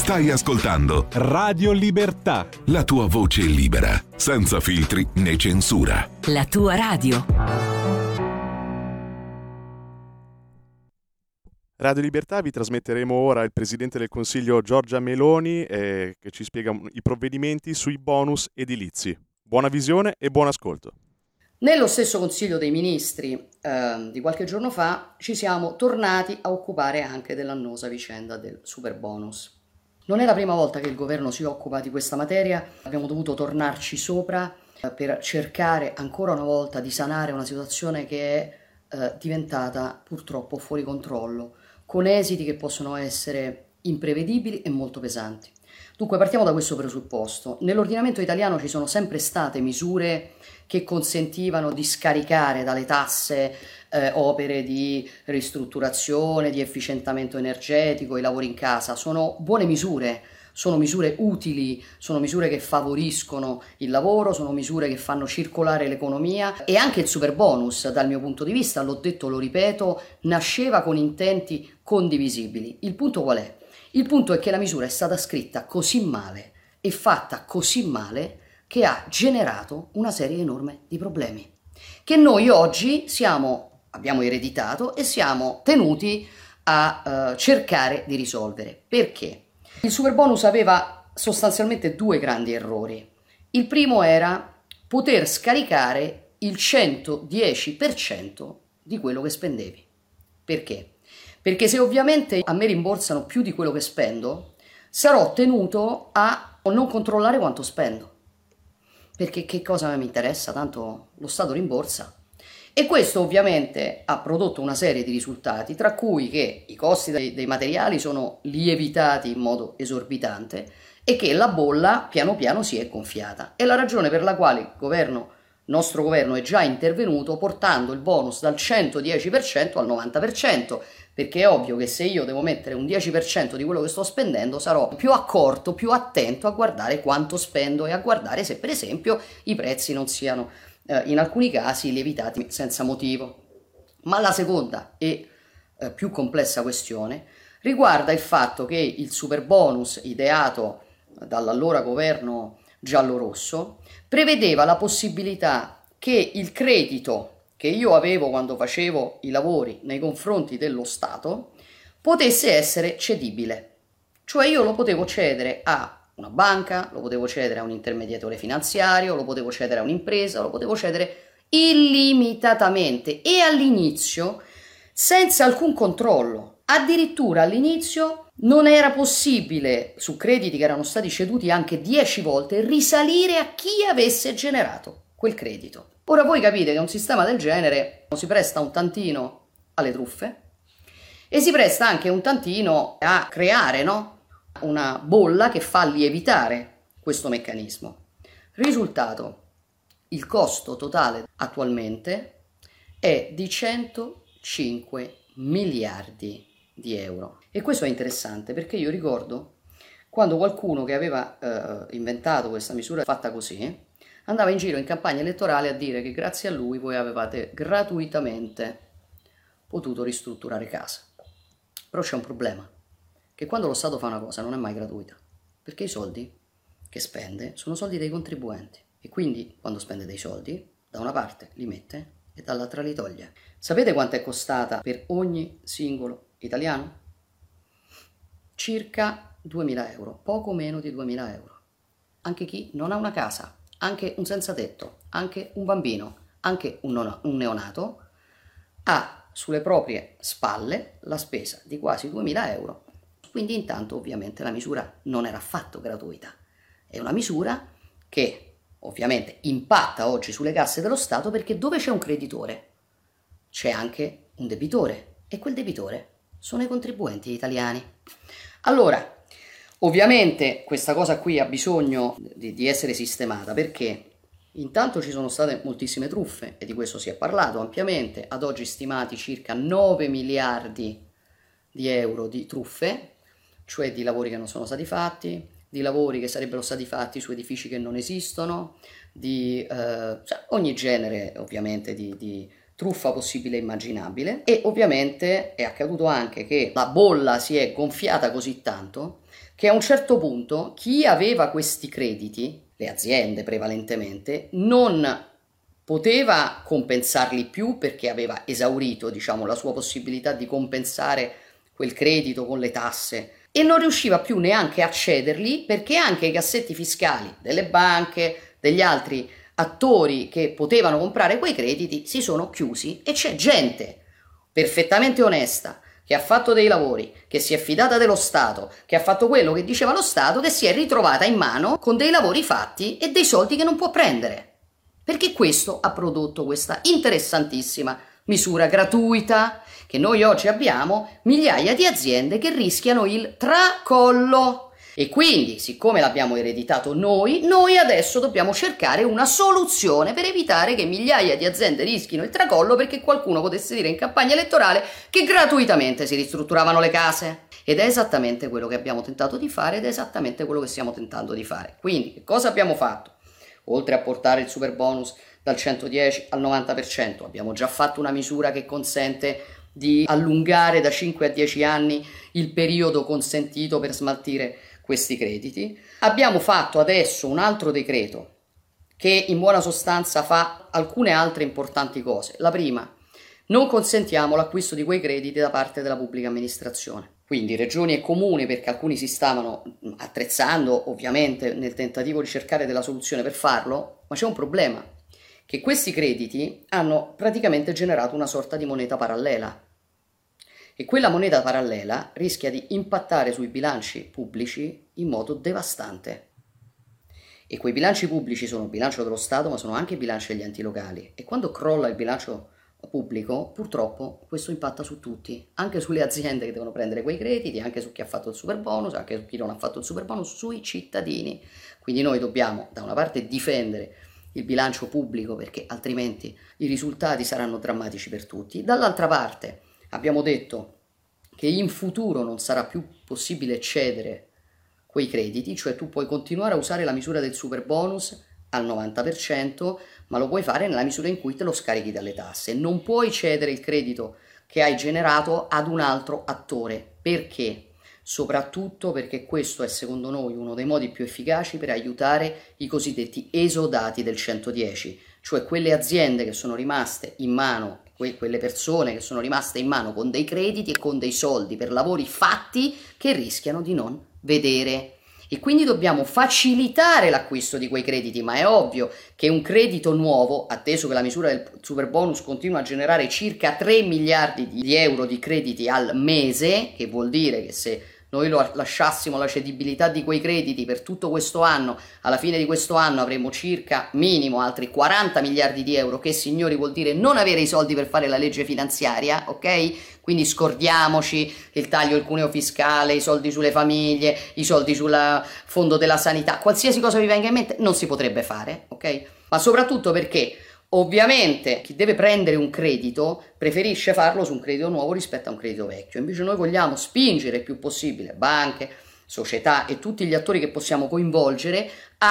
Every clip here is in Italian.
Stai ascoltando Radio Libertà, la tua voce libera, senza filtri né censura. La tua radio. Radio Libertà, vi trasmetteremo ora il Presidente del Consiglio Giorgia Meloni che ci spiega i provvedimenti sui bonus edilizi. Buona visione e buon ascolto. Nello stesso Consiglio dei Ministri di qualche giorno fa ci siamo tornati a occupare anche dell'annosa vicenda del superbonus. Non è la prima volta che il governo si occupa di questa materia, abbiamo dovuto tornarci sopra per cercare ancora una volta di sanare una situazione che è diventata purtroppo fuori controllo, con esiti che possono essere imprevedibili e molto pesanti. Dunque partiamo da questo presupposto. Nell'ordinamento italiano ci sono sempre state misure che consentivano di scaricare dalle tasse opere di ristrutturazione, di efficientamento energetico, i lavori in casa. Sono buone misure, sono misure utili, sono misure che favoriscono il lavoro, sono misure che fanno circolare l'economia, e anche il superbonus, dal mio punto di vista, l'ho detto, lo ripeto, nasceva con intenti condivisibili. Il punto qual è? Il punto è che la misura è stata scritta così male e fatta così male che ha generato una serie enorme di problemi che noi oggi abbiamo ereditato e siamo tenuti a cercare di risolvere. Perché? Il superbonus aveva sostanzialmente due grandi errori. Il primo era poter scaricare il 110% di quello che spendevi. Perché? Perché se ovviamente a me rimborsano più di quello che spendo, sarò tenuto a non controllare quanto spendo. Perché che cosa mi interessa? Tanto lo Stato rimborsa. E questo ovviamente ha prodotto una serie di risultati, tra cui che i costi dei materiali sono lievitati in modo esorbitante e che la bolla piano piano si è gonfiata. È la ragione per la quale il nostro governo è già intervenuto portando il bonus dal 110% al 90%, perché è ovvio che se io devo mettere un 10% di quello che sto spendendo sarò più accorto, più attento a guardare quanto spendo e a guardare se per esempio i prezzi non siano in alcuni casi lievitati senza motivo. Ma la seconda e più complessa questione riguarda il fatto che il superbonus ideato dall'allora governo giallorosso prevedeva la possibilità che il credito che io avevo quando facevo i lavori nei confronti dello Stato potesse essere cedibile. Cioè io lo potevo cedere a una banca, lo potevo cedere a un intermediatore finanziario, lo potevo cedere a un'impresa, lo potevo cedere illimitatamente e all'inizio senza alcun controllo. Addirittura all'inizio non era possibile, su crediti che erano stati ceduti anche 10 volte, risalire a chi avesse generato quel credito. Ora voi capite che un sistema del genere si presta un tantino alle truffe e si presta anche un tantino a creare, una bolla che fa lievitare questo meccanismo. Risultato: il costo totale attualmente è di 105 miliardi di euro. E questo è interessante perché io ricordo quando qualcuno che aveva inventato questa misura fatta così andava in giro in campagna elettorale a dire che grazie a lui voi avevate gratuitamente potuto ristrutturare casa. Però c'è un problema, che quando lo Stato fa una cosa non è mai gratuita, perché i soldi che spende sono soldi dei contribuenti e quindi quando spende dei soldi da una parte li mette e dall'altra li toglie. Sapete quanto è costata per ogni singolo italiano? Circa 2.000 euro, poco meno di 2.000 euro. Anche chi non ha una casa, anche un senza tetto, anche un bambino, anche un neonato, ha sulle proprie spalle la spesa di quasi 2.000 euro. Quindi intanto ovviamente la misura non era affatto gratuita. È una misura che ovviamente impatta oggi sulle casse dello Stato perché dove c'è un creditore c'è anche un debitore e quel debitore sono i contribuenti italiani. Allora, ovviamente questa cosa qui ha bisogno di essere sistemata perché intanto ci sono state moltissime truffe e di questo si è parlato ampiamente, ad oggi stimati circa 9 miliardi di euro di truffe, cioè di lavori che non sono stati fatti, di lavori che sarebbero stati fatti su edifici che non esistono, di ogni genere ovviamente di truffa possibile e immaginabile, e ovviamente è accaduto anche che la bolla si è gonfiata così tanto che a un certo punto chi aveva questi crediti, le aziende prevalentemente, non poteva compensarli più perché aveva esaurito, diciamo, la sua possibilità di compensare quel credito con le tasse, e non riusciva più neanche a cederli perché anche i cassetti fiscali delle banche, degli altri attori che potevano comprare quei crediti si sono chiusi, e c'è gente perfettamente onesta che ha fatto dei lavori, che si è fidata dello Stato, che ha fatto quello che diceva lo Stato, che si è ritrovata in mano con dei lavori fatti e dei soldi che non può prendere. Perché questo ha prodotto questa interessantissima misura gratuita, che noi oggi abbiamo migliaia di aziende che rischiano il tracollo. E quindi, siccome l'abbiamo ereditato noi adesso dobbiamo cercare una soluzione per evitare che migliaia di aziende rischino il tracollo perché qualcuno potesse dire in campagna elettorale che gratuitamente si ristrutturavano le case. Ed è esattamente quello che abbiamo tentato di fare ed è esattamente quello che stiamo tentando di fare. Quindi, che cosa abbiamo fatto? Oltre a portare il super bonus dal 110 al 90%, abbiamo già fatto una misura che consente di allungare da 5 a 10 anni il periodo consentito per smaltire questi crediti. Abbiamo fatto adesso un altro decreto che in buona sostanza fa alcune altre importanti cose. La prima, non consentiamo l'acquisto di quei crediti da parte della pubblica amministrazione. Quindi regioni e comuni, perché alcuni si stavano attrezzando ovviamente nel tentativo di cercare della soluzione per farlo, ma c'è un problema, che questi crediti hanno praticamente generato una sorta di moneta parallela. E quella moneta parallela rischia di impattare sui bilanci pubblici in modo devastante. E quei bilanci pubblici sono il bilancio dello Stato, ma sono anche i bilanci degli enti locali. E quando crolla il bilancio pubblico, purtroppo questo impatta su tutti, anche sulle aziende che devono prendere quei crediti, anche su chi ha fatto il super bonus, anche su chi non ha fatto il super bonus, sui cittadini. Quindi noi dobbiamo da una parte difendere il bilancio pubblico perché altrimenti i risultati saranno drammatici per tutti, dall'altra parte abbiamo detto che in futuro non sarà più possibile cedere quei crediti, cioè tu puoi continuare a usare la misura del super bonus al 90%, ma lo puoi fare nella misura in cui te lo scarichi dalle tasse. Non puoi cedere il credito che hai generato ad un altro attore. Perché? Soprattutto perché questo è secondo noi uno dei modi più efficaci per aiutare i cosiddetti esodati del 110, cioè quelle aziende che sono rimaste in mano, quelle persone che sono rimaste in mano con dei crediti e con dei soldi per lavori fatti che rischiano di non vedere. E quindi dobbiamo facilitare l'acquisto di quei crediti, ma è ovvio che un credito nuovo, atteso che la misura del super bonus continua a generare circa 3 miliardi di euro di crediti al mese, che vuol dire che se noi lo lasciassimo la cedibilità di quei crediti per tutto questo anno, alla fine di questo anno avremo circa minimo altri 40 miliardi di euro, che signori vuol dire non avere i soldi per fare la legge finanziaria, ok? Quindi scordiamoci il taglio del cuneo fiscale, i soldi sulle famiglie, i soldi sul fondo della sanità, qualsiasi cosa vi venga in mente non si potrebbe fare, ok? Ma soprattutto perché ovviamente chi deve prendere un credito preferisce farlo su un credito nuovo rispetto a un credito vecchio. Invece noi vogliamo spingere il più possibile banche, società e tutti gli attori che possiamo coinvolgere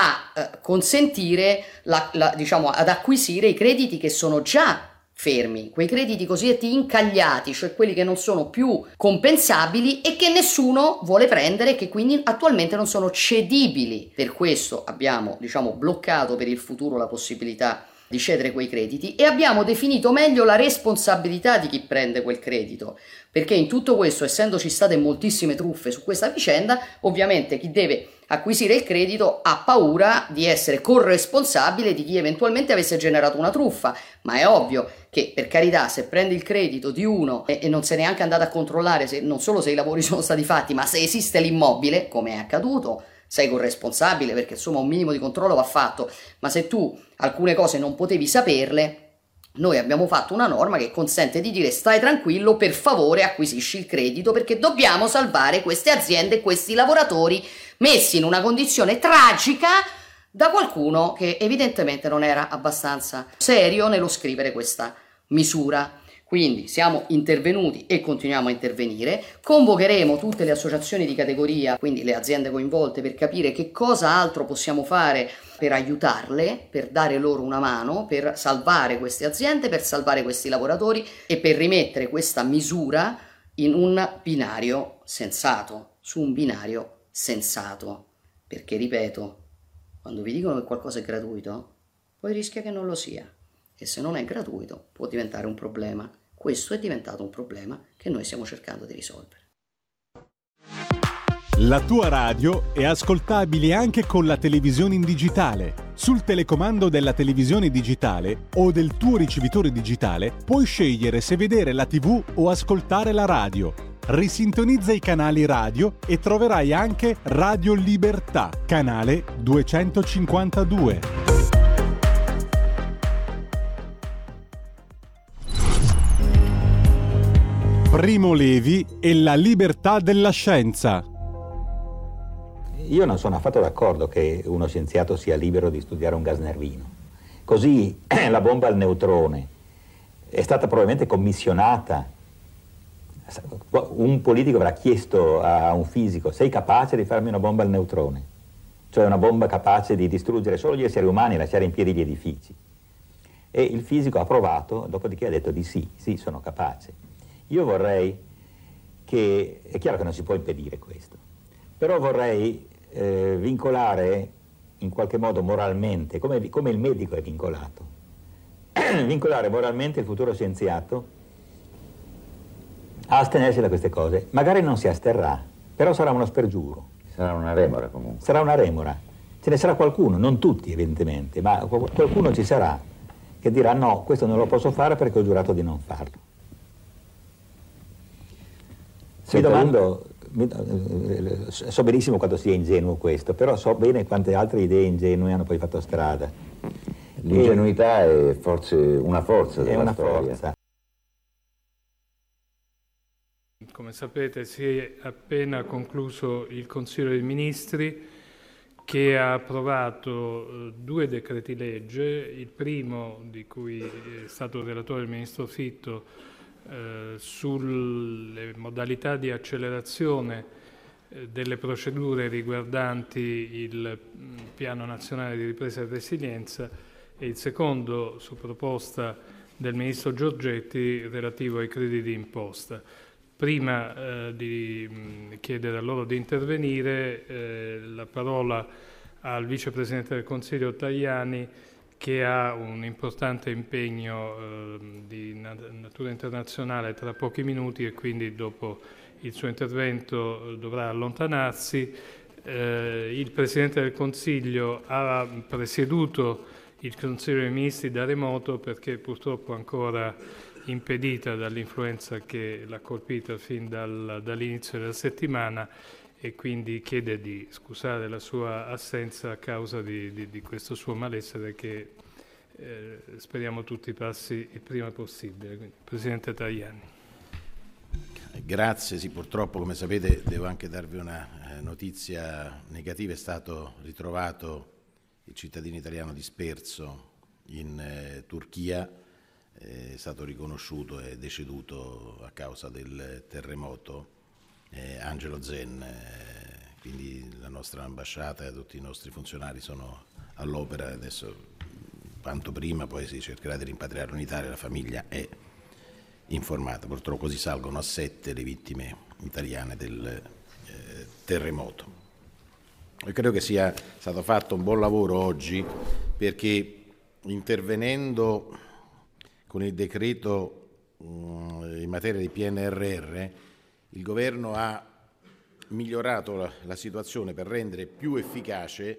a consentire diciamo, ad acquisire i crediti che sono già fermi, quei crediti cosiddetti incagliati, cioè quelli che non sono più compensabili e che nessuno vuole prendere e che quindi attualmente non sono cedibili. Per questo abbiamo, diciamo, bloccato per il futuro la possibilità di cedere quei crediti e abbiamo definito meglio la responsabilità di chi prende quel credito, perché in tutto questo, essendoci state moltissime truffe su questa vicenda, ovviamente chi deve acquisire il credito ha paura di essere corresponsabile di chi eventualmente avesse generato una truffa, ma è ovvio che, per carità, se prendi il credito di uno e non sei neanche andato a controllare non solo se i lavori sono stati fatti, ma se esiste l'immobile, come è accaduto, sei corresponsabile perché insomma un minimo di controllo va fatto, ma se tu alcune cose non potevi saperle, noi abbiamo fatto una norma che consente di dire stai tranquillo, per favore acquisisci il credito perché dobbiamo salvare queste aziende e questi lavoratori messi in una condizione tragica da qualcuno che evidentemente non era abbastanza serio nello scrivere questa misura. Quindi siamo intervenuti e continuiamo a intervenire, convocheremo tutte le associazioni di categoria, quindi le aziende coinvolte, per capire che cosa altro possiamo fare per aiutarle, per dare loro una mano, per salvare queste aziende, per salvare questi lavoratori e per rimettere questa misura in un binario sensato, su un binario sensato. Perché, ripeto, quando vi dicono che qualcosa è gratuito, poi rischia che non lo sia. E se non è gratuito può diventare un problema. Questo è diventato un problema che noi stiamo cercando di risolvere. La tua radio è ascoltabile anche con la televisione in digitale. Sul telecomando della televisione digitale o del tuo ricevitore digitale puoi scegliere se vedere la TV o ascoltare la radio. Risintonizza i canali radio e troverai anche Radio Libertà, canale 252. Primo Levi e la libertà della scienza. Io non sono affatto d'accordo che uno scienziato sia libero di studiare un gas nervino. Così la bomba al neutrone è stata probabilmente commissionata. Un politico avrà chiesto a un fisico: sei capace di farmi una bomba al neutrone? Cioè una bomba capace di distruggere solo gli esseri umani e lasciare in piedi gli edifici. E il fisico ha provato, dopodiché ha detto di sì, sono capace. Io vorrei che, è chiaro che non si può impedire questo, però vorrei vincolare in qualche modo moralmente, come il medico è vincolato, vincolare moralmente il futuro scienziato a astenersi da queste cose. Magari non si asterrà, però sarà uno spergiuro. Sarà una remora comunque. Sarà una remora. Ce ne sarà qualcuno, non tutti evidentemente, ma qualcuno ci sarà che dirà no, questo non lo posso fare perché ho giurato di non farlo. Mi domando, so benissimo quanto sia ingenuo questo, però so bene quante altre idee ingenue hanno poi fatto strada. L'ingenuità è forse una forza della è una storia. Forza. Come sapete si è appena concluso il Consiglio dei Ministri che ha approvato 2 decreti legge, il primo di cui è stato relatore il Ministro Fitto sulle modalità di accelerazione delle procedure riguardanti il Piano Nazionale di Ripresa e Resilienza e il secondo su proposta del Ministro Giorgetti relativo ai crediti d'imposta. Prima di chiedere a loro di intervenire, la parola al Vicepresidente del Consiglio Tajani, che ha un importante impegno di natura internazionale tra pochi minuti e quindi dopo il suo intervento dovrà allontanarsi. Il Presidente del Consiglio ha presieduto il Consiglio dei Ministri da remoto perché purtroppo ancora impedita dall'influenza che l'ha colpita fin dall'inizio della settimana e quindi chiede di scusare la sua assenza a causa di questo suo malessere che speriamo tutti passi il prima possibile. Quindi, Presidente Tajani. Grazie, sì, purtroppo come sapete devo anche darvi una notizia negativa, è stato ritrovato il cittadino italiano disperso in Turchia, è stato riconosciuto e deceduto a causa del terremoto. Angelo Zen, quindi la nostra ambasciata e tutti i nostri funzionari sono all'opera adesso quanto prima, poi si cercherà di rimpatriarlo in Italia, la famiglia è informata. Purtroppo così salgono a 7 le vittime italiane del terremoto. Io credo che sia stato fatto un buon lavoro oggi perché intervenendo con il decreto in materia di PNRR il Governo ha migliorato la situazione per rendere più efficace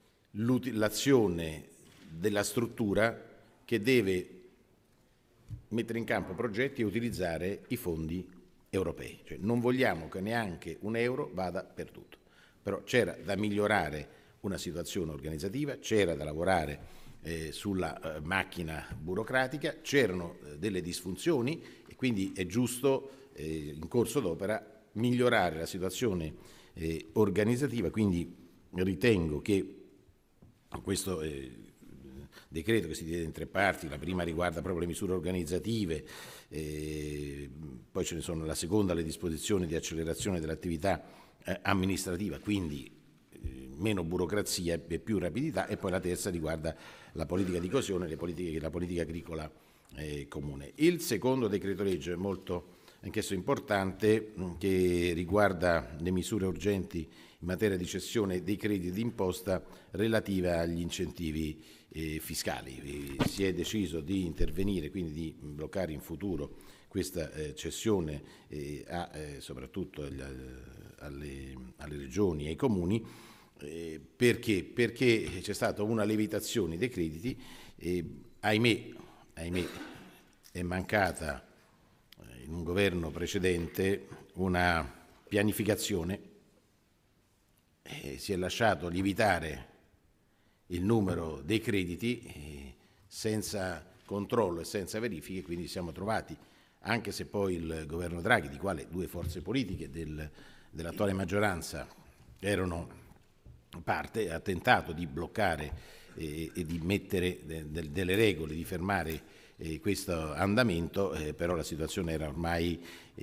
l'azione della struttura che deve mettere in campo progetti e utilizzare i fondi europei. Cioè, non vogliamo che neanche un euro vada perduto. Però c'era da migliorare una situazione organizzativa, c'era da lavorare sulla macchina burocratica, c'erano delle disfunzioni e quindi è giusto in corso d'opera migliorare la situazione organizzativa, quindi ritengo che questo decreto che si divide in 3 parti. La prima riguarda proprio le misure organizzative, poi ce ne sono la seconda, le disposizioni di accelerazione dell'attività amministrativa, quindi meno burocrazia e più rapidità, e poi la terza riguarda la politica di coesione, la politica agricola comune. Il secondo decreto legge è molto anch'esso importante, che riguarda le misure urgenti in materia di cessione dei crediti d'imposta relativa agli incentivi fiscali. Si è deciso di intervenire, quindi di bloccare in futuro questa cessione soprattutto alle regioni e ai comuni. Perché? Perché c'è stata una lievitazione dei crediti e ahimè è mancata in un governo precedente una pianificazione, si è lasciato lievitare il numero dei crediti senza controllo e senza verifiche, quindi siamo trovati, anche se poi il governo Draghi, di quale 2 forze politiche dell'attuale maggioranza erano parte, ha tentato di bloccare e di mettere delle regole, di fermare questo andamento, però la situazione era ormai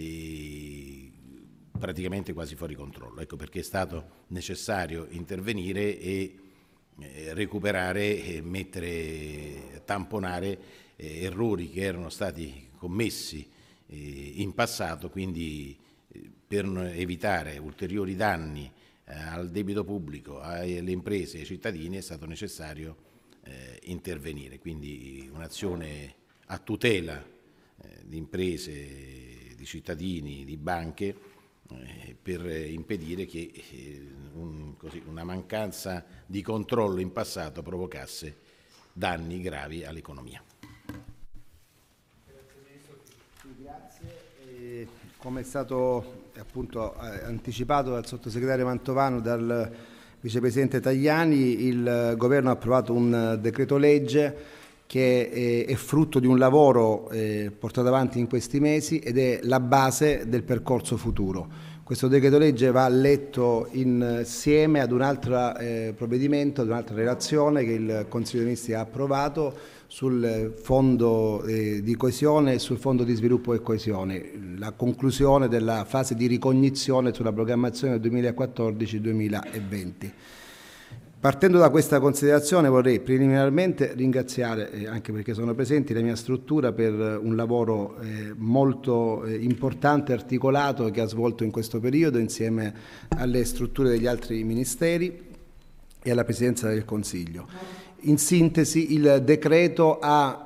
praticamente quasi fuori controllo. Ecco perché è stato necessario intervenire e recuperare, tamponare errori che erano stati commessi in passato, quindi per evitare ulteriori danni al debito pubblico, alle imprese e ai cittadini è stato necessario intervenire, quindi un'azione a tutela di imprese, di cittadini, di banche, per impedire che una mancanza di controllo in passato provocasse danni gravi all'economia. Grazie. Come è stato appunto anticipato dal sottosegretario Mantovano, dal vicepresidente Tajani, il governo ha approvato un decreto legge che è frutto di un lavoro portato avanti in questi mesi ed è la base del percorso futuro. Questo decreto legge va letto insieme ad un altro provvedimento, ad un'altra relazione che il Consiglio dei Ministri ha approvato sul fondo di coesione e sul fondo di sviluppo e coesione, la conclusione della fase di ricognizione sulla programmazione del 2014-2020. Partendo da questa considerazione vorrei preliminarmente ringraziare, anche perché sono presenti, la mia struttura per un lavoro molto importante e articolato che ha svolto in questo periodo insieme alle strutture degli altri ministeri e alla Presidenza del Consiglio. In sintesi, il decreto ha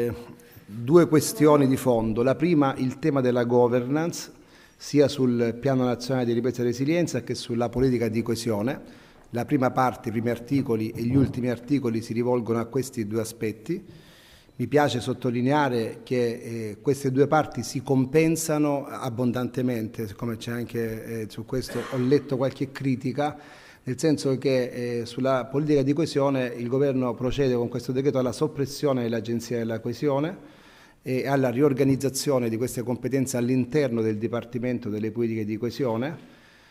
2 questioni di fondo. La prima, il tema della governance, sia sul Piano Nazionale di Ripresa e Resilienza che sulla politica di coesione. La prima parte, i primi articoli e gli ultimi articoli si rivolgono a questi 2 aspetti. Mi piace sottolineare che queste 2 parti si compensano abbondantemente, siccome c'è anche su questo ho letto qualche critica, nel senso che sulla politica di coesione il governo procede con questo decreto alla soppressione dell'Agenzia della Coesione e alla riorganizzazione di queste competenze all'interno del Dipartimento delle Politiche di Coesione.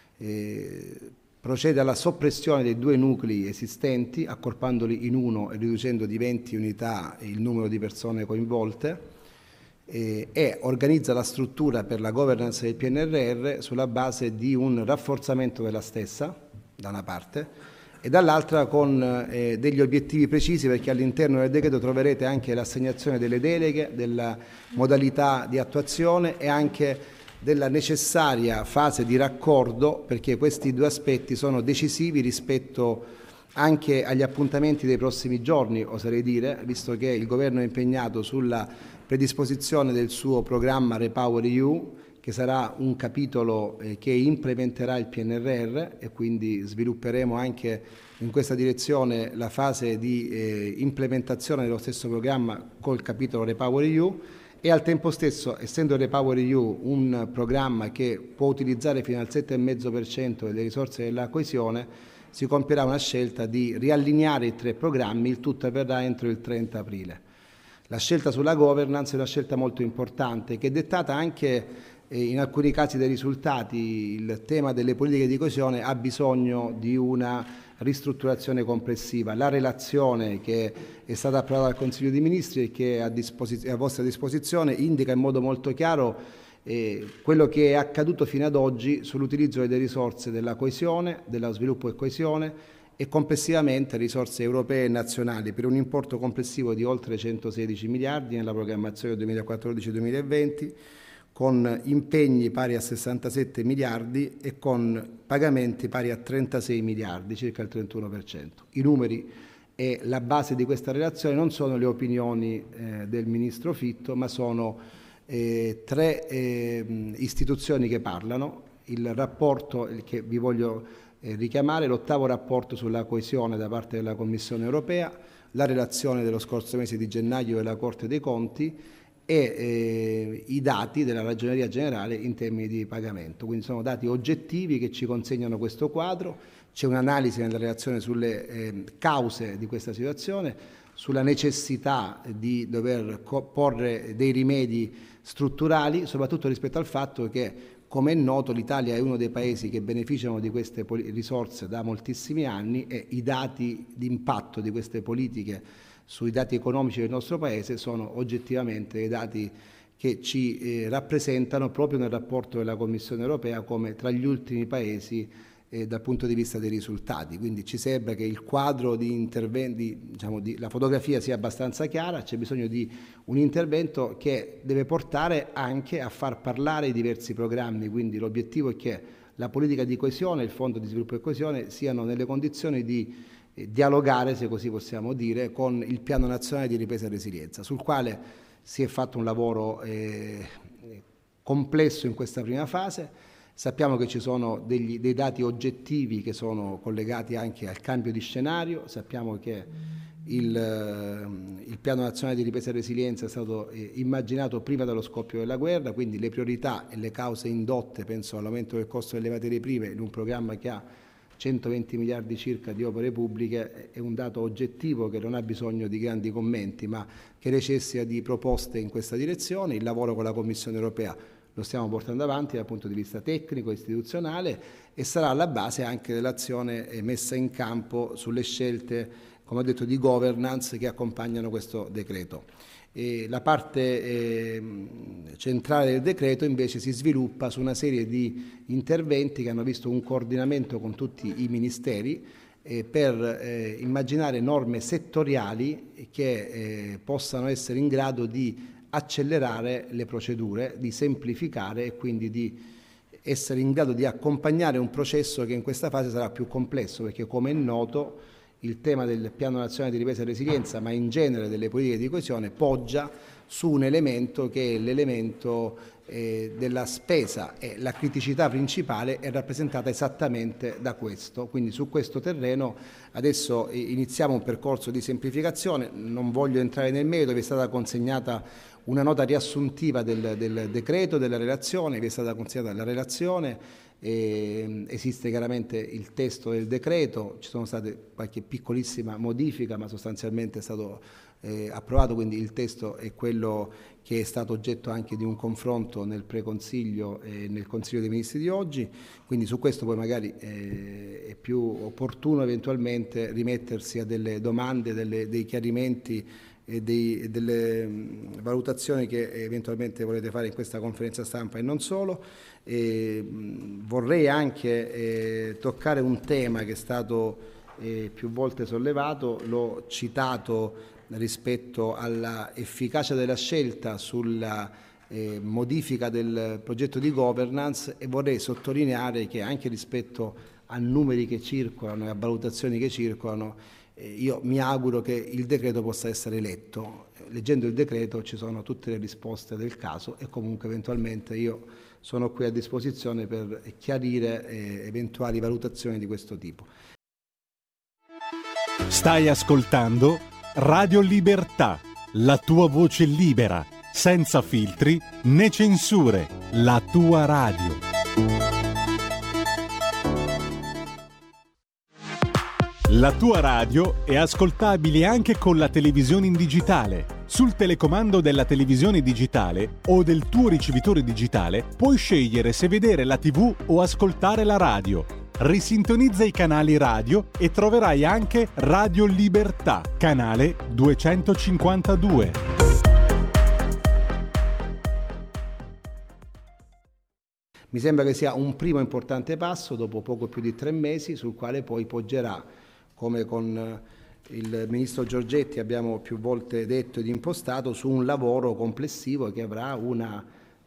Procede alla soppressione dei 2 nuclei esistenti, accorpandoli in uno e riducendo di 20 unità il numero di persone coinvolte, e organizza la struttura per la governance del PNRR sulla base di un rafforzamento della stessa, da una parte, e dall'altra con degli obiettivi precisi, perché all'interno del decreto troverete anche l'assegnazione delle deleghe, della modalità di attuazione e anche della necessaria fase di raccordo, perché questi 2 aspetti sono decisivi rispetto anche agli appuntamenti dei prossimi giorni, oserei dire, visto che il governo è impegnato sulla predisposizione del suo programma Repower EU, che sarà un capitolo che implementerà il PNRR, e quindi svilupperemo anche in questa direzione la fase di implementazione dello stesso programma col capitolo Repower EU. E al tempo stesso, essendo il Repower EU un programma che può utilizzare fino al 7,5% delle risorse della coesione, si compierà una scelta di riallineare i 3 programmi, il tutto avverrà entro il 30 aprile. La scelta sulla governance è una scelta molto importante, che è dettata anche in alcuni casi dei risultati. Il tema delle politiche di coesione ha bisogno di una ristrutturazione complessiva. La relazione che è stata approvata dal Consiglio dei Ministri e che è a vostra disposizione indica in modo molto chiaro quello che è accaduto fino ad oggi sull'utilizzo delle risorse della coesione, dello sviluppo e coesione e complessivamente risorse europee e nazionali per un importo complessivo di oltre 116 miliardi nella programmazione 2014-2020, con impegni pari a 67 miliardi e con pagamenti pari a 36 miliardi, circa il 31%. I numeri e la base di questa relazione non sono le opinioni del Ministro Fitto, ma sono tre istituzioni che parlano. Il rapporto che vi voglio richiamare, l'8º rapporto sulla coesione da parte della Commissione europea, la relazione dello scorso mese di gennaio della Corte dei Conti e i dati della Ragioneria Generale in termini di pagamento. Quindi sono dati oggettivi che ci consegnano questo quadro. C'è un'analisi nella relazione sulle cause di questa situazione, sulla necessità di dover porre dei rimedi strutturali, soprattutto rispetto al fatto che, come è noto, l'Italia è uno dei paesi che beneficiano di queste risorse da moltissimi anni e i dati di impatto di queste politiche sui dati economici del nostro Paese sono oggettivamente i dati che ci rappresentano proprio nel rapporto della Commissione europea come tra gli ultimi paesi dal punto di vista dei risultati. Quindi ci sembra che il quadro di interventi, la fotografia sia abbastanza chiara, c'è bisogno di un intervento che deve portare anche a far parlare i diversi programmi, quindi l'obiettivo è che la politica di coesione e il Fondo di sviluppo e coesione siano nelle condizioni di dialogare, se così possiamo dire, con il Piano Nazionale di Ripresa e Resilienza, sul quale si è fatto un lavoro complesso in questa prima fase. Sappiamo che ci sono dei dati oggettivi che sono collegati anche al cambio di scenario, sappiamo che il Piano Nazionale di Ripresa e Resilienza è stato immaginato prima dello scoppio della guerra, quindi le priorità e le cause indotte, penso all'aumento del costo delle materie prime, in un programma che ha 120 miliardi circa di opere pubbliche, è un dato oggettivo che non ha bisogno di grandi commenti, ma che necessita di proposte in questa direzione. Il lavoro con la Commissione europea lo stiamo portando avanti dal punto di vista tecnico e istituzionale e sarà alla base anche dell'azione messa in campo sulle scelte, come ho detto, di governance che accompagnano questo decreto. La parte centrale del decreto invece si sviluppa su una serie di interventi che hanno visto un coordinamento con tutti i ministeri per immaginare norme settoriali che possano essere in grado di accelerare le procedure, di semplificare e quindi di essere in grado di accompagnare un processo che in questa fase sarà più complesso, perché come è noto il tema del Piano Nazionale di Ripresa e Resilienza, ma in genere delle politiche di coesione, poggia su un elemento che è l'elemento della spesa e la criticità principale è rappresentata esattamente da questo. Quindi su questo terreno adesso iniziamo un percorso di semplificazione, non voglio entrare nel merito, vi è stata consegnata una nota riassuntiva del decreto, della relazione, vi è stata consegnata la relazione, esiste chiaramente il testo del decreto, ci sono state qualche piccolissima modifica, ma sostanzialmente è stato approvato, quindi il testo è quello che è stato oggetto anche di un confronto nel pre-consiglio e nel Consiglio dei Ministri di oggi, quindi su questo poi magari è più opportuno eventualmente rimettersi a delle domande, dei chiarimenti e delle valutazioni che eventualmente volete fare in questa conferenza stampa e non solo. Vorrei anche toccare un tema che è stato più volte sollevato, l'ho citato rispetto alla efficacia della scelta sulla modifica del progetto di governance, e vorrei sottolineare che anche rispetto a numeri che circolano e a valutazioni che circolano, io mi auguro che il decreto possa essere letto. Leggendo il decreto ci sono tutte le risposte del caso e comunque eventualmente io sono qui a disposizione per chiarire eventuali valutazioni di questo tipo. Stai ascoltando Radio Libertà, la tua voce libera, senza filtri né censure, la tua radio. La tua radio è ascoltabile anche con la televisione in digitale. Sul telecomando della televisione digitale o del tuo ricevitore digitale puoi scegliere se vedere la TV o ascoltare la radio. Risintonizza i canali radio e troverai anche Radio Libertà, canale 252. Mi sembra che sia un primo importante passo dopo poco più di 3 mesi, sul quale poi poggerà, come con il Ministro Giorgetti abbiamo più volte detto ed impostato, su un lavoro complessivo che avrà una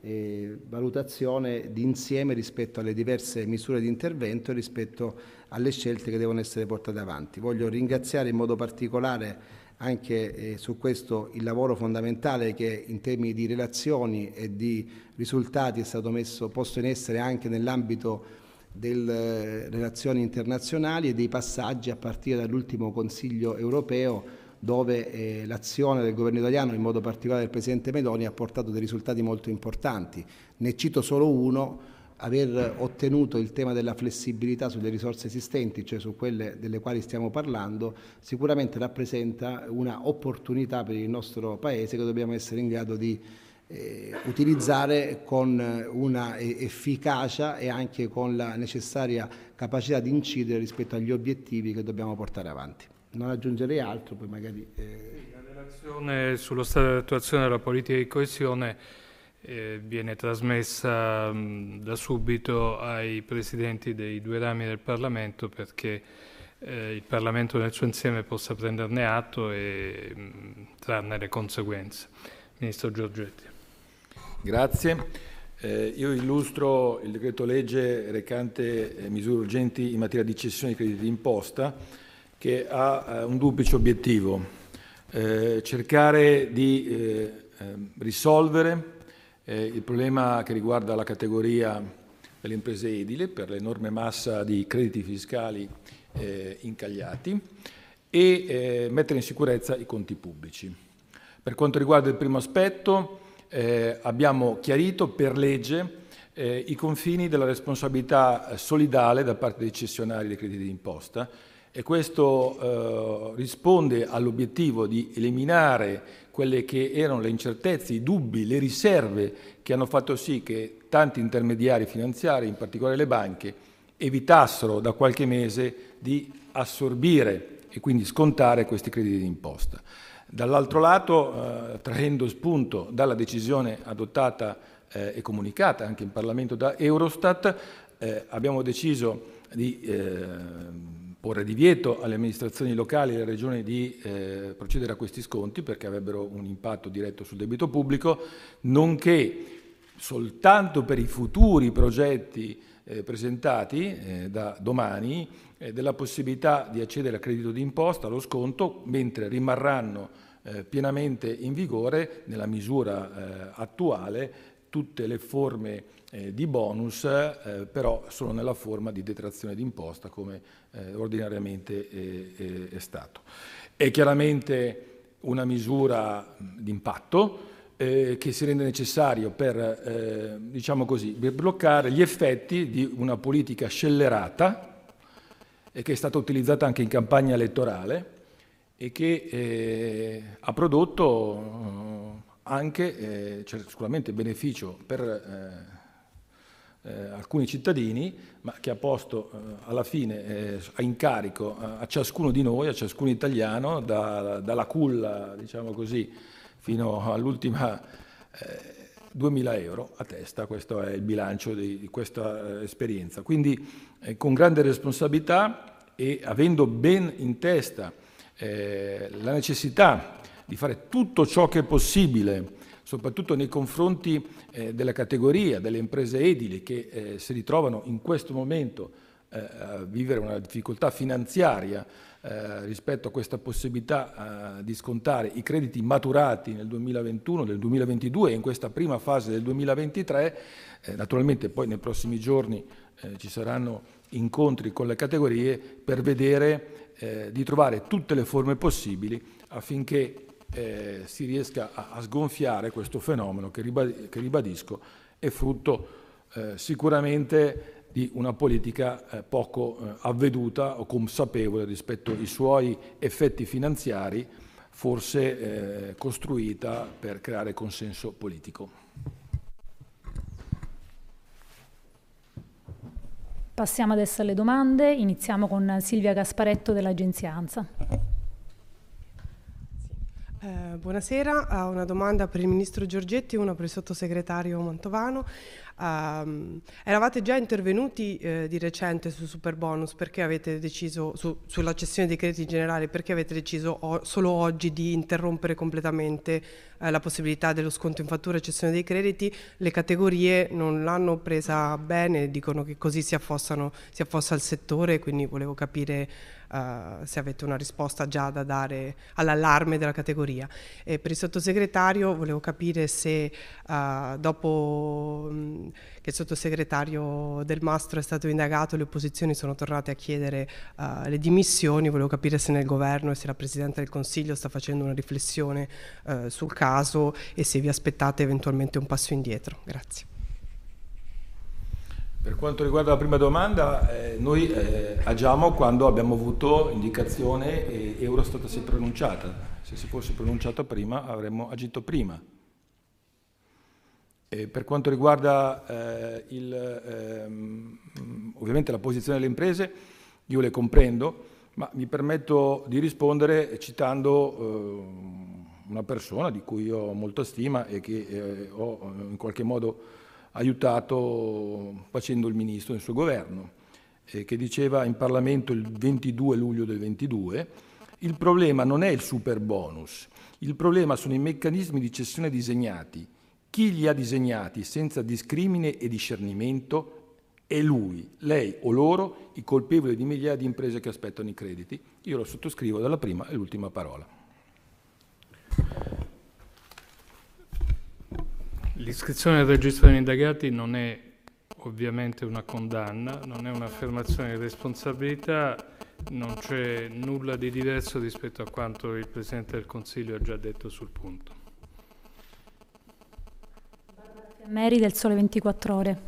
valutazione d'insieme rispetto alle diverse misure di intervento e rispetto alle scelte che devono essere portate avanti. Voglio ringraziare in modo particolare anche su questo il lavoro fondamentale che in termini di relazioni e di risultati è stato posto in essere anche nell'ambito delle relazioni internazionali e dei passaggi a partire dall'ultimo Consiglio europeo, dove l'azione del governo italiano, in modo particolare del Presidente Meloni, ha portato dei risultati molto importanti. Ne cito solo uno: aver ottenuto il tema della flessibilità sulle risorse esistenti, cioè su quelle delle quali stiamo parlando, sicuramente rappresenta una opportunità per il nostro Paese che dobbiamo essere in grado di utilizzare con una efficacia e anche con la necessaria capacità di incidere rispetto agli obiettivi che dobbiamo portare avanti. Non aggiungerei altro, poi magari... La relazione sullo stato di attuazione della politica di coesione viene trasmessa da subito ai presidenti dei 2 rami del Parlamento perché il Parlamento nel suo insieme possa prenderne atto e trarne le conseguenze. Ministro Giorgetti. Grazie. Io illustro il decreto legge recante misure urgenti in materia di cessione di crediti d'imposta, che ha un duplice obiettivo: cercare di risolvere il problema che riguarda la categoria delle imprese edili per l'enorme massa di crediti fiscali incagliati e mettere in sicurezza i conti pubblici. Per quanto riguarda il primo aspetto, abbiamo chiarito per legge i confini della responsabilità solidale da parte dei cessionari dei crediti d'imposta, e questo risponde all'obiettivo di eliminare quelle che erano le incertezze, i dubbi, le riserve che hanno fatto sì che tanti intermediari finanziari, in particolare le banche, evitassero da qualche mese di assorbire e quindi scontare questi crediti d'imposta. Dall'altro lato, traendo spunto dalla decisione adottata e comunicata anche in Parlamento da Eurostat, abbiamo deciso di porre divieto alle amministrazioni locali e alle regioni di procedere a questi sconti perché avrebbero un impatto diretto sul debito pubblico, nonché soltanto per i futuri progetti presentati da domani della possibilità di accedere al credito d'imposta, allo sconto, mentre rimarranno pienamente in vigore nella misura attuale tutte le forme di bonus, però solo nella forma di detrazione d'imposta come ordinariamente è stato. È chiaramente una misura d'impatto che si rende necessario per, diciamo così, per bloccare gli effetti di una politica scellerata e che è stata utilizzata anche in campagna elettorale e che ha prodotto anche sicuramente beneficio per alcuni cittadini, ma che ha posto alla fine in carico a ciascuno di noi, a ciascun italiano, dalla culla, diciamo così, fino all'ultima 2.000 euro a testa. Questo è il bilancio di questa esperienza. Quindi con grande responsabilità e avendo ben in testa la necessità di fare tutto ciò che è possibile, soprattutto nei confronti della categoria delle imprese edili che si ritrovano in questo momento a vivere una difficoltà finanziaria rispetto a questa possibilità di scontare i crediti maturati nel 2021, nel 2022 e in questa prima fase del 2023. Naturalmente poi nei prossimi giorni ci saranno incontri con le categorie per vedere di trovare tutte le forme possibili affinché si riesca a sgonfiare questo fenomeno che ribadisco è frutto sicuramente di una politica poco avveduta o consapevole rispetto ai suoi effetti finanziari, forse costruita per creare consenso politico. Passiamo adesso alle domande, iniziamo con Silvia Gasparetto dell'Agenzia ANSA. Buonasera, ho una domanda per il Ministro Giorgetti e una per il Sottosegretario Mantovano. Eravate già intervenuti di recente sul Superbonus, perché avete deciso, sulla cessione dei crediti generali, perché avete deciso solo oggi di interrompere completamente la possibilità dello sconto in fattura e cessione dei crediti? Le categorie non l'hanno presa bene, dicono che così si affossa il settore, quindi volevo capire se avete una risposta già da dare all'allarme della categoria. E per il Sottosegretario volevo capire se dopo che il Sottosegretario Del Mastro è stato indagato, le opposizioni sono tornate a chiedere le dimissioni. Volevo capire se nel governo e se la Presidente del Consiglio sta facendo una riflessione sul caso e se vi aspettate eventualmente un passo indietro. Grazie. Per quanto riguarda la prima domanda, noi agiamo quando abbiamo avuto indicazione e Eurostat si è pronunciata. Se si fosse pronunciata prima avremmo agito prima. Per quanto riguarda ovviamente la posizione delle imprese, io le comprendo, ma mi permetto di rispondere citando una persona di cui ho molta stima e che ho in qualche modo aiutato facendo il ministro nel suo governo, che diceva in Parlamento il 22 luglio del 22: il problema non è il superbonus, il problema sono i meccanismi di cessione disegnati. Chi li ha disegnati senza discrimine e discernimento è lui, lei o loro, i colpevoli di migliaia di imprese che aspettano i crediti. Io lo sottoscrivo dalla prima all'ultima parola. L'iscrizione al registro degli indagati non è ovviamente una condanna, non è un'affermazione di responsabilità, non c'è nulla di diverso rispetto a quanto il Presidente del Consiglio ha già detto sul punto. Meri del Sole 24 Ore.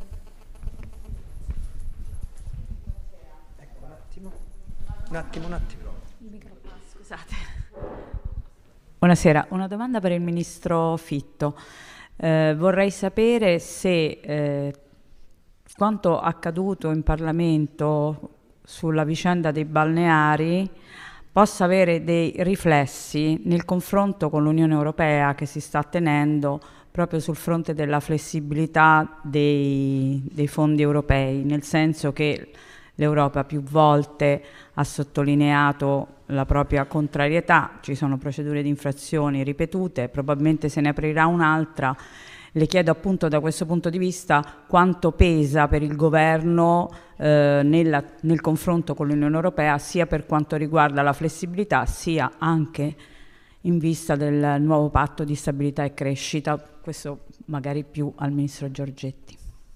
Ecco, un attimo. Scusate. Buonasera, una domanda per il Ministro Fitto. Vorrei sapere se quanto accaduto in Parlamento sulla vicenda dei balneari possa avere dei riflessi nel confronto con l'Unione Europea che si sta tenendo proprio sul fronte della flessibilità dei fondi europei, nel senso che l'Europa più volte ha sottolineato la propria contrarietà, ci sono procedure di infrazione ripetute, probabilmente se ne aprirà un'altra. Le chiedo appunto da questo punto di vista quanto pesa per il governo nel confronto con l'Unione Europea, sia per quanto riguarda la flessibilità, sia anche in vista del nuovo patto di stabilità e crescita, questo magari più al Ministro Giorgetti.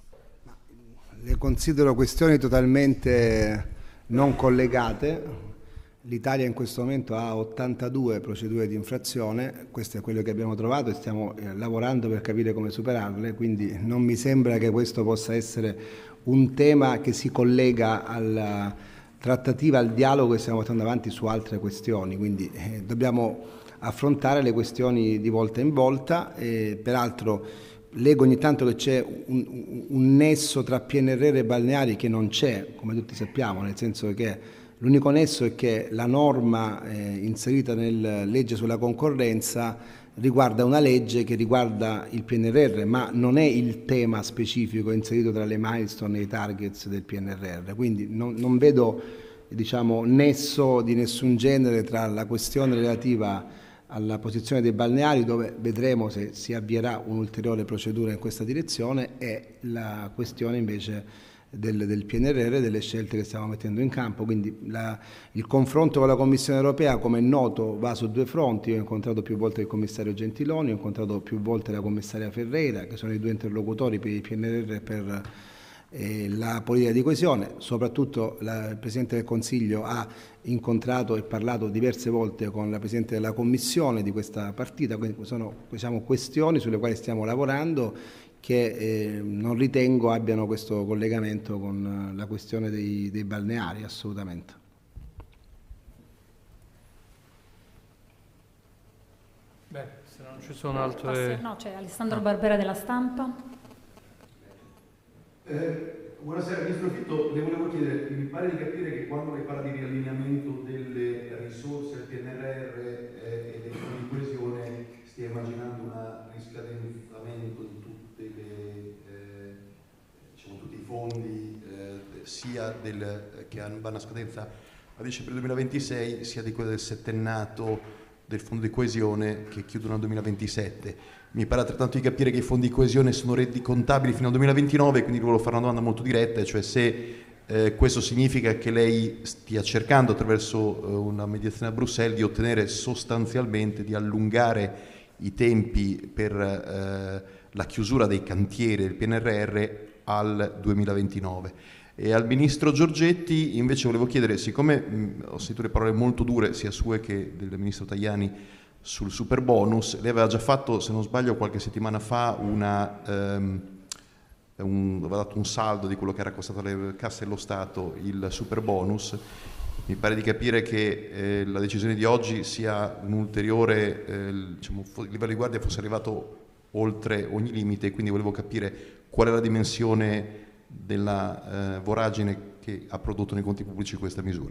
Le considero questioni totalmente non collegate. L'Italia in questo momento ha 82 procedure di infrazione, questo è quello che abbiamo trovato e stiamo lavorando per capire come superarle, quindi non mi sembra che questo possa essere un tema che si collega alla trattativa, al dialogo che stiamo portando avanti su altre questioni, quindi dobbiamo affrontare le questioni di volta in volta. Peraltro leggo ogni tanto che c'è un nesso tra PNRR e balneari che non c'è, come tutti sappiamo, nel senso che l'unico nesso è che la norma inserita nella legge sulla concorrenza riguarda una legge che riguarda il PNRR, ma non è il tema specifico inserito tra le milestone e i targets del PNRR, quindi non vedo nesso di nessun genere tra la questione relativa alla posizione dei balneari, dove vedremo se si avvierà un'ulteriore procedura in questa direzione, e la questione invece del PNRR e delle scelte che stiamo mettendo in campo. Quindi il confronto con la Commissione europea, come è noto, va su due fronti. Io ho incontrato più volte il commissario Gentiloni, ho incontrato più volte la commissaria Ferreira, che sono i due interlocutori per il PNRR e per la politica di coesione. Soprattutto il Presidente del Consiglio ha incontrato e parlato diverse volte con la Presidente della Commissione di questa partita, quindi sono questioni sulle quali stiamo lavorando che non ritengo abbiano questo collegamento con la questione dei balneari, assolutamente. Beh, se non ci sono altre... No, c'è Alessandro Barbera della Stampa. Buonasera Ministro Fitto, le volevo chiedere, mi pare di capire che quando lei parla di riallineamento delle risorse del PNRR e dei fondi di coesione stia immaginando un riscadenzamento di tutti i fondi sia che vanno a scadenza a dicembre 2026 sia di quello del settennato del fondo di coesione che chiudono nel 2027. Mi pare altrettanto di capire che i fondi di coesione sono rendicontabili fino al 2029, quindi volevo fare una domanda molto diretta, cioè se questo significa che lei stia cercando attraverso una mediazione a Bruxelles di ottenere sostanzialmente, di allungare i tempi per la chiusura dei cantieri del PNRR al 2029. E al Ministro Giorgetti invece volevo chiedere, siccome ho sentito le parole molto dure sia sue che del Ministro Tajani sul Superbonus, lei aveva già fatto, se non sbaglio, qualche settimana fa aveva dato un saldo di quello che era costato alle casse dello Stato il Superbonus. Mi pare di capire che la decisione di oggi sia un ulteriore, il livello di guardia fosse arrivato oltre ogni limite, quindi volevo capire qual è la dimensione della voragine che ha prodotto nei conti pubblici questa misura.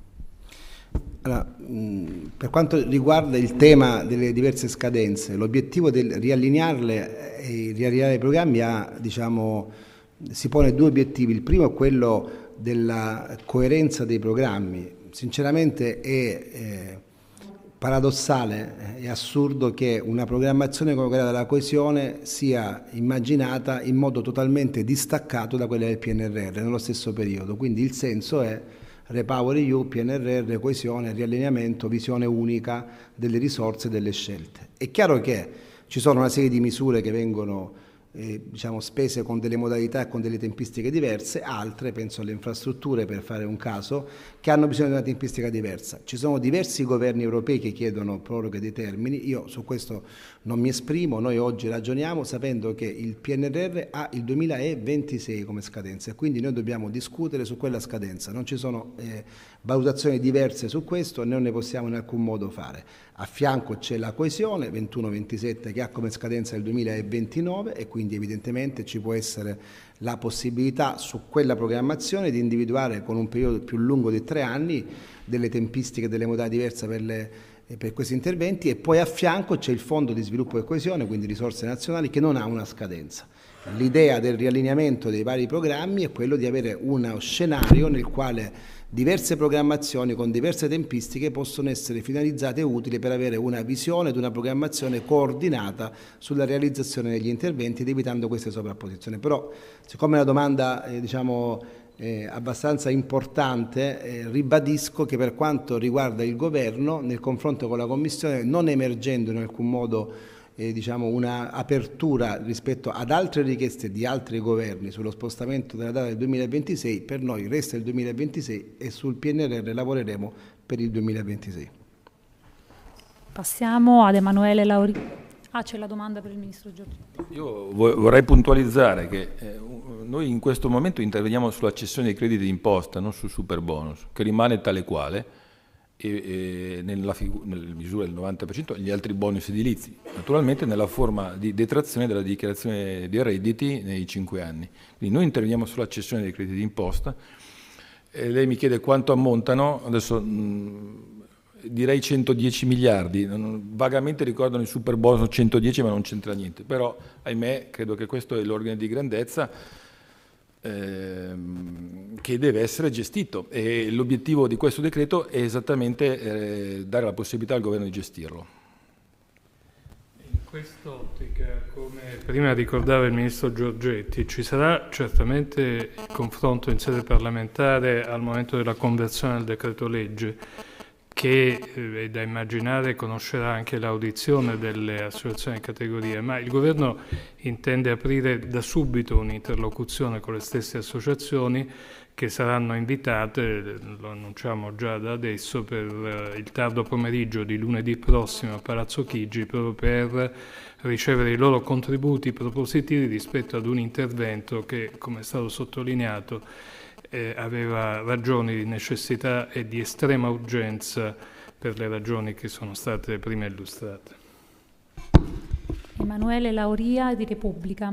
Allora, per quanto riguarda il tema delle diverse scadenze, l'obiettivo del riallinearle e riallineare i programmi si pone due obiettivi. Il primo è quello della coerenza dei programmi. Sinceramente è paradossale e assurdo che una programmazione come quella della coesione sia immaginata in modo totalmente distaccato da quella del PNRR nello stesso periodo. Quindi il senso è REPowerEU, PNRR, coesione, riallineamento, visione unica delle risorse e delle scelte. È chiaro che ci sono una serie di misure che vengono spese con delle modalità e con delle tempistiche diverse, altre, penso alle infrastrutture per fare un caso, che hanno bisogno di una tempistica diversa. Ci sono diversi governi europei che chiedono proroghe dei termini, io su questo non mi esprimo, noi oggi ragioniamo sapendo che il PNRR ha il 2026 come scadenza e quindi noi dobbiamo discutere su quella scadenza, non ci sono valutazioni diverse su questo e non ne possiamo in alcun modo fare. A fianco c'è la coesione 21-27 che ha come scadenza il 2029 e quindi evidentemente ci può essere la possibilità su quella programmazione di individuare con un periodo più lungo di 3 anni delle tempistiche, delle modalità diverse per questi interventi e poi a fianco c'è il Fondo di Sviluppo e Coesione, quindi risorse nazionali, che non ha una scadenza. L'idea del riallineamento dei vari programmi è quello di avere uno scenario nel quale diverse programmazioni con diverse tempistiche possono essere finalizzate e utili per avere una visione ed una programmazione coordinata sulla realizzazione degli interventi ed evitando queste sovrapposizioni. Però, siccome la domanda abbastanza importante, ribadisco che per quanto riguarda il Governo, nel confronto con la Commissione, non emergendo in alcun modo una apertura rispetto ad altre richieste di altri governi sullo spostamento della data del 2026, per noi resta il 2026 e sul PNRR lavoreremo per il 2026. Passiamo ad Emanuele Lauri. C'è la domanda per il Ministro Giorgetti. Io vorrei puntualizzare che noi in questo momento interveniamo sulla cessione dei crediti d'imposta, non sul Superbonus, che rimane tale quale, e nella misura del 90% gli altri bonus edilizi, naturalmente nella forma di detrazione della dichiarazione dei redditi nei 5 anni. Quindi noi interveniamo sulla cessione dei crediti d'imposta. Lei mi chiede quanto ammontano, adesso direi 110 miliardi, vagamente ricordano il Superbonus 110 ma non c'entra niente, però ahimè credo che questo è l'ordine di grandezza che deve essere gestito e l'obiettivo di questo decreto è esattamente dare la possibilità al governo di gestirlo. In quest'ottica, come prima ricordava il Ministro Giorgetti, ci sarà certamente il confronto in sede parlamentare al momento della conversione del decreto legge, che è da immaginare conoscerà anche l'audizione delle associazioni di categoria, ma il Governo intende aprire da subito un'interlocuzione con le stesse associazioni che saranno invitate, lo annunciamo già da adesso, per il tardo pomeriggio di lunedì prossimo a Palazzo Chigi, proprio per ricevere i loro contributi propositivi rispetto ad un intervento che, come è stato sottolineato, aveva ragioni di necessità e di estrema urgenza per le ragioni che sono state prima illustrate. Emanuele Lauria di Repubblica.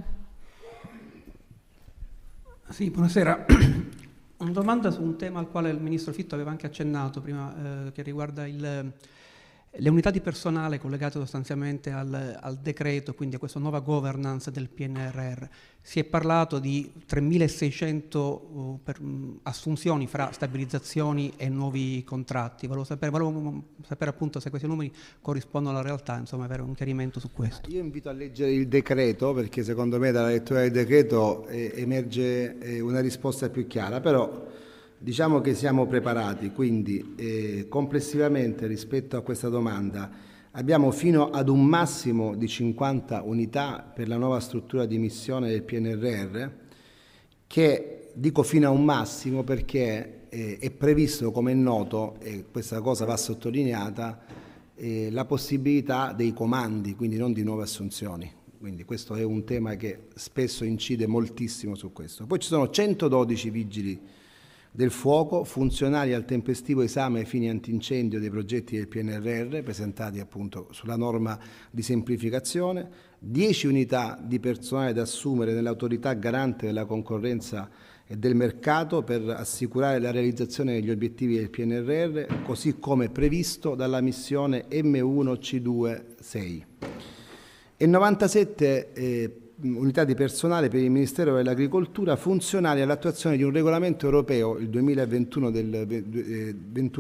Sì, buonasera. Una domanda su un tema al quale il Ministro Fitto aveva anche accennato prima, che riguarda le unità di personale collegate sostanzialmente al decreto, quindi a questa nuova governance del PNRR. Si è parlato di 3.600 assunzioni fra stabilizzazioni e nuovi contratti. Volevo sapere appunto se questi numeri corrispondono alla realtà, insomma avere un chiarimento su questo. Io invito a leggere il decreto, perché secondo me dalla lettura del decreto emerge una risposta più chiara, però diciamo che siamo preparati, quindi complessivamente rispetto a questa domanda abbiamo fino ad un massimo di 50 unità per la nuova struttura di missione del PNRR, che dico fino a un massimo perché è previsto, come è noto, e questa cosa va sottolineata, la possibilità dei comandi, quindi non di nuove assunzioni. Quindi questo è un tema che spesso incide moltissimo su questo. Poi ci sono 112 vigili del fuoco, funzionali al tempestivo esame ai fini antincendio dei progetti del PNRR, presentati appunto sulla norma di semplificazione, 10 unità di personale da assumere nell'autorità garante della concorrenza e del mercato per assicurare la realizzazione degli obiettivi del PNRR, così come previsto dalla missione M1C2-6. E 97 unità di personale per il Ministero dell'Agricoltura funzionali all'attuazione di un regolamento europeo, il 2021 il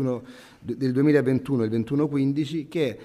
2115, che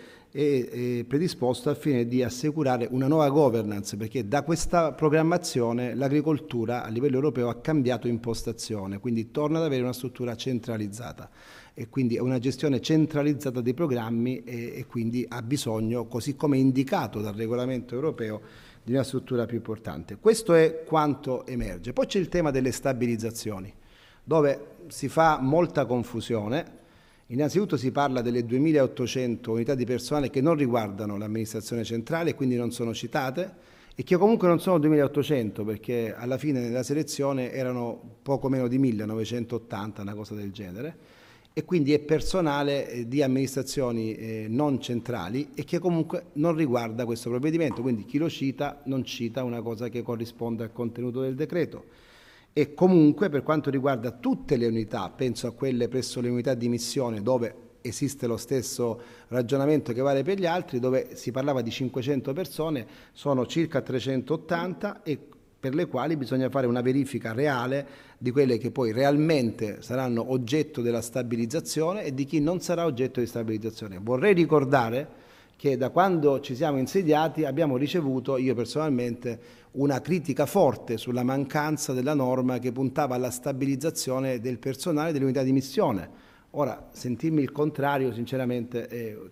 è predisposto al fine di assicurare una nuova governance, perché da questa programmazione l'agricoltura a livello europeo ha cambiato impostazione, quindi torna ad avere una struttura centralizzata e quindi è una gestione centralizzata dei programmi e quindi ha bisogno, così come indicato dal regolamento europeo, di una struttura più importante. Questo è quanto emerge. Poi c'è il tema delle stabilizzazioni, dove si fa molta confusione. Innanzitutto si parla delle 2.800 unità di personale che non riguardano l'amministrazione centrale e quindi non sono citate, e che comunque non sono 2.800, perché alla fine della selezione erano poco meno di 1.980, una cosa del genere, e quindi è personale di amministrazioni non centrali e che comunque non riguarda questo provvedimento, quindi chi lo cita non cita una cosa che corrisponde al contenuto del decreto. E comunque per quanto riguarda tutte le unità, penso a quelle presso le unità di missione dove esiste lo stesso ragionamento che vale per gli altri, dove si parlava di 500 persone, sono circa 380 e per le quali bisogna fare una verifica reale di quelle che poi realmente saranno oggetto della stabilizzazione e di chi non sarà oggetto di stabilizzazione. Vorrei ricordare che da quando ci siamo insediati abbiamo ricevuto, io personalmente, una critica forte sulla mancanza della norma che puntava alla stabilizzazione del personale delle unità di missione. Ora, sentirmi il contrario, sinceramente,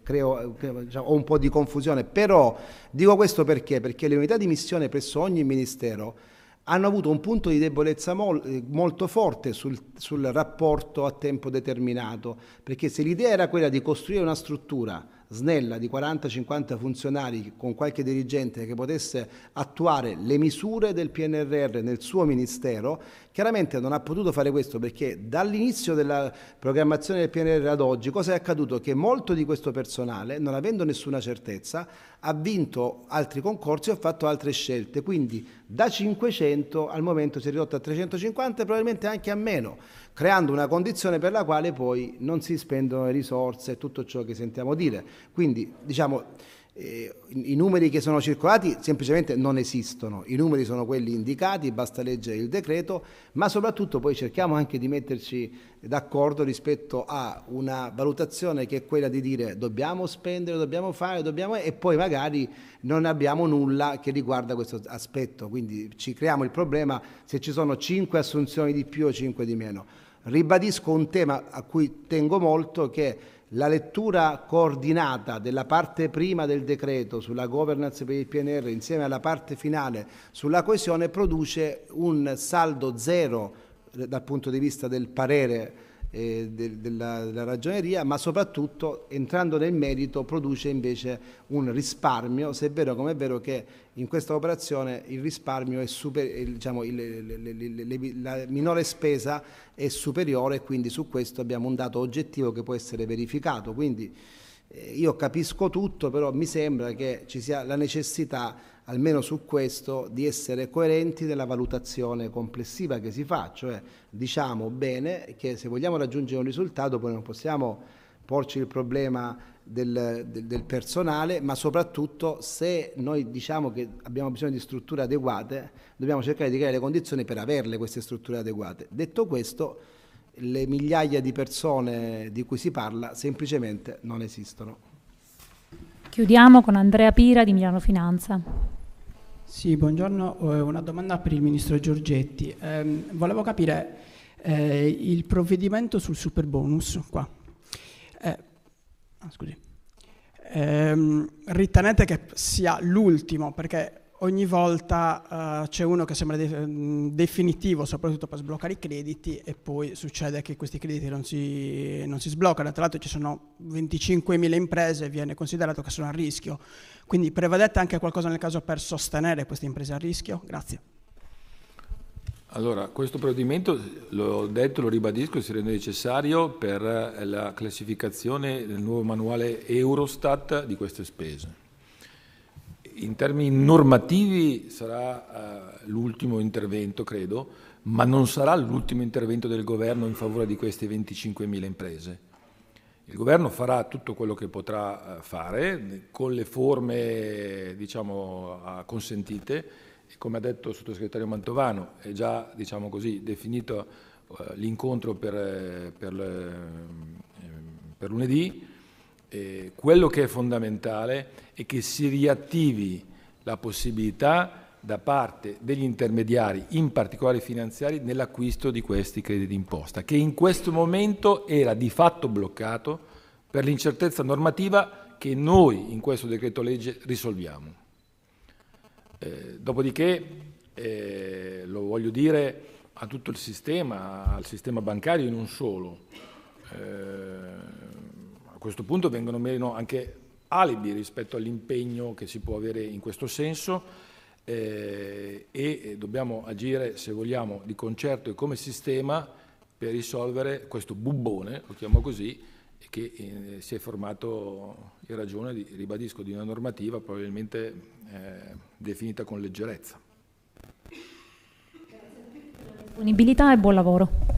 ho un po' di confusione, però dico questo perché? Perché le unità di missione presso ogni ministero hanno avuto un punto di debolezza molto forte sul rapporto a tempo determinato, perché se l'idea era quella di costruire una struttura snella di 40-50 funzionari con qualche dirigente che potesse attuare le misure del PNRR nel suo ministero, chiaramente non ha potuto fare questo perché dall'inizio della programmazione del PNRR ad oggi cosa è accaduto? Che molto di questo personale, non avendo nessuna certezza, ha vinto altri concorsi e ha fatto altre scelte, quindi da 500 al momento si è ridotto a 350 e probabilmente anche a meno, creando una condizione per la quale poi non si spendono le risorse e tutto ciò che sentiamo dire. Quindi diciamo i numeri che sono circolati semplicemente non esistono, i numeri sono quelli indicati, basta leggere il decreto, ma soprattutto poi cerchiamo anche di metterci d'accordo rispetto a una valutazione che è quella di dire dobbiamo spendere, dobbiamo fare, e poi magari non abbiamo nulla che riguarda questo aspetto, quindi ci creiamo il problema se ci sono 5 assunzioni di più o 5 di meno. Ribadisco un tema a cui tengo molto, che la lettura coordinata della parte prima del decreto sulla governance per il PNR insieme alla parte finale sulla coesione produce un saldo zero dal punto di vista del parere della ragioneria, ma soprattutto entrando nel merito produce invece un risparmio, se è vero come è vero che in questa operazione il risparmio è la minore spesa è superiore e quindi su questo abbiamo un dato oggettivo che può essere verificato, quindi Io capisco tutto, però mi sembra che ci sia la necessità, almeno su questo, di essere coerenti nella valutazione complessiva che si fa, cioè diciamo bene che se vogliamo raggiungere un risultato poi non possiamo porci il problema del personale, ma soprattutto se noi diciamo che abbiamo bisogno di strutture adeguate, dobbiamo cercare di creare le condizioni per averle queste strutture adeguate. Detto questo, le migliaia di persone di cui si parla semplicemente non esistono. Chiudiamo con Andrea Pira di Milano Finanza. Sì, buongiorno, una domanda per il Ministro Giorgetti. Volevo capire il provvedimento sul superbonus qua. Scusi. Ritenete che sia l'ultimo, perché ogni volta c'è uno che sembra definitivo, soprattutto per sbloccare i crediti, e poi succede che questi crediti non si sbloccano. Tra l'altro ci sono 25.000 imprese, viene considerato che sono a rischio. Quindi prevedete anche qualcosa nel caso per sostenere queste imprese a rischio? Grazie. Allora, questo provvedimento, l'ho detto, lo ribadisco, si rende necessario per la classificazione del nuovo manuale Eurostat di queste spese. In termini normativi sarà l'ultimo intervento, credo, ma non sarà l'ultimo intervento del governo in favore di queste 25.000 imprese. Il governo farà tutto quello che potrà fare con le forme, diciamo, consentite. Come ha detto il sottosegretario Mantovano, è già, diciamo così, definito l'incontro per lunedì. Quello che è fondamentale è che si riattivi la possibilità da parte degli intermediari, in particolare finanziari, nell'acquisto di questi crediti d'imposta, che in questo momento era di fatto bloccato per l'incertezza normativa che noi in questo decreto legge risolviamo. Dopodiché lo voglio dire a tutto il sistema, al sistema bancario e non solo. A questo punto vengono meno anche alibi rispetto all'impegno che si può avere in questo senso e dobbiamo agire, se vogliamo, di concerto e come sistema per risolvere questo bubbone, lo chiamo così, che si è formato in ragione, ribadisco, di una normativa probabilmente definita con leggerezza. Disponibilità e buon lavoro.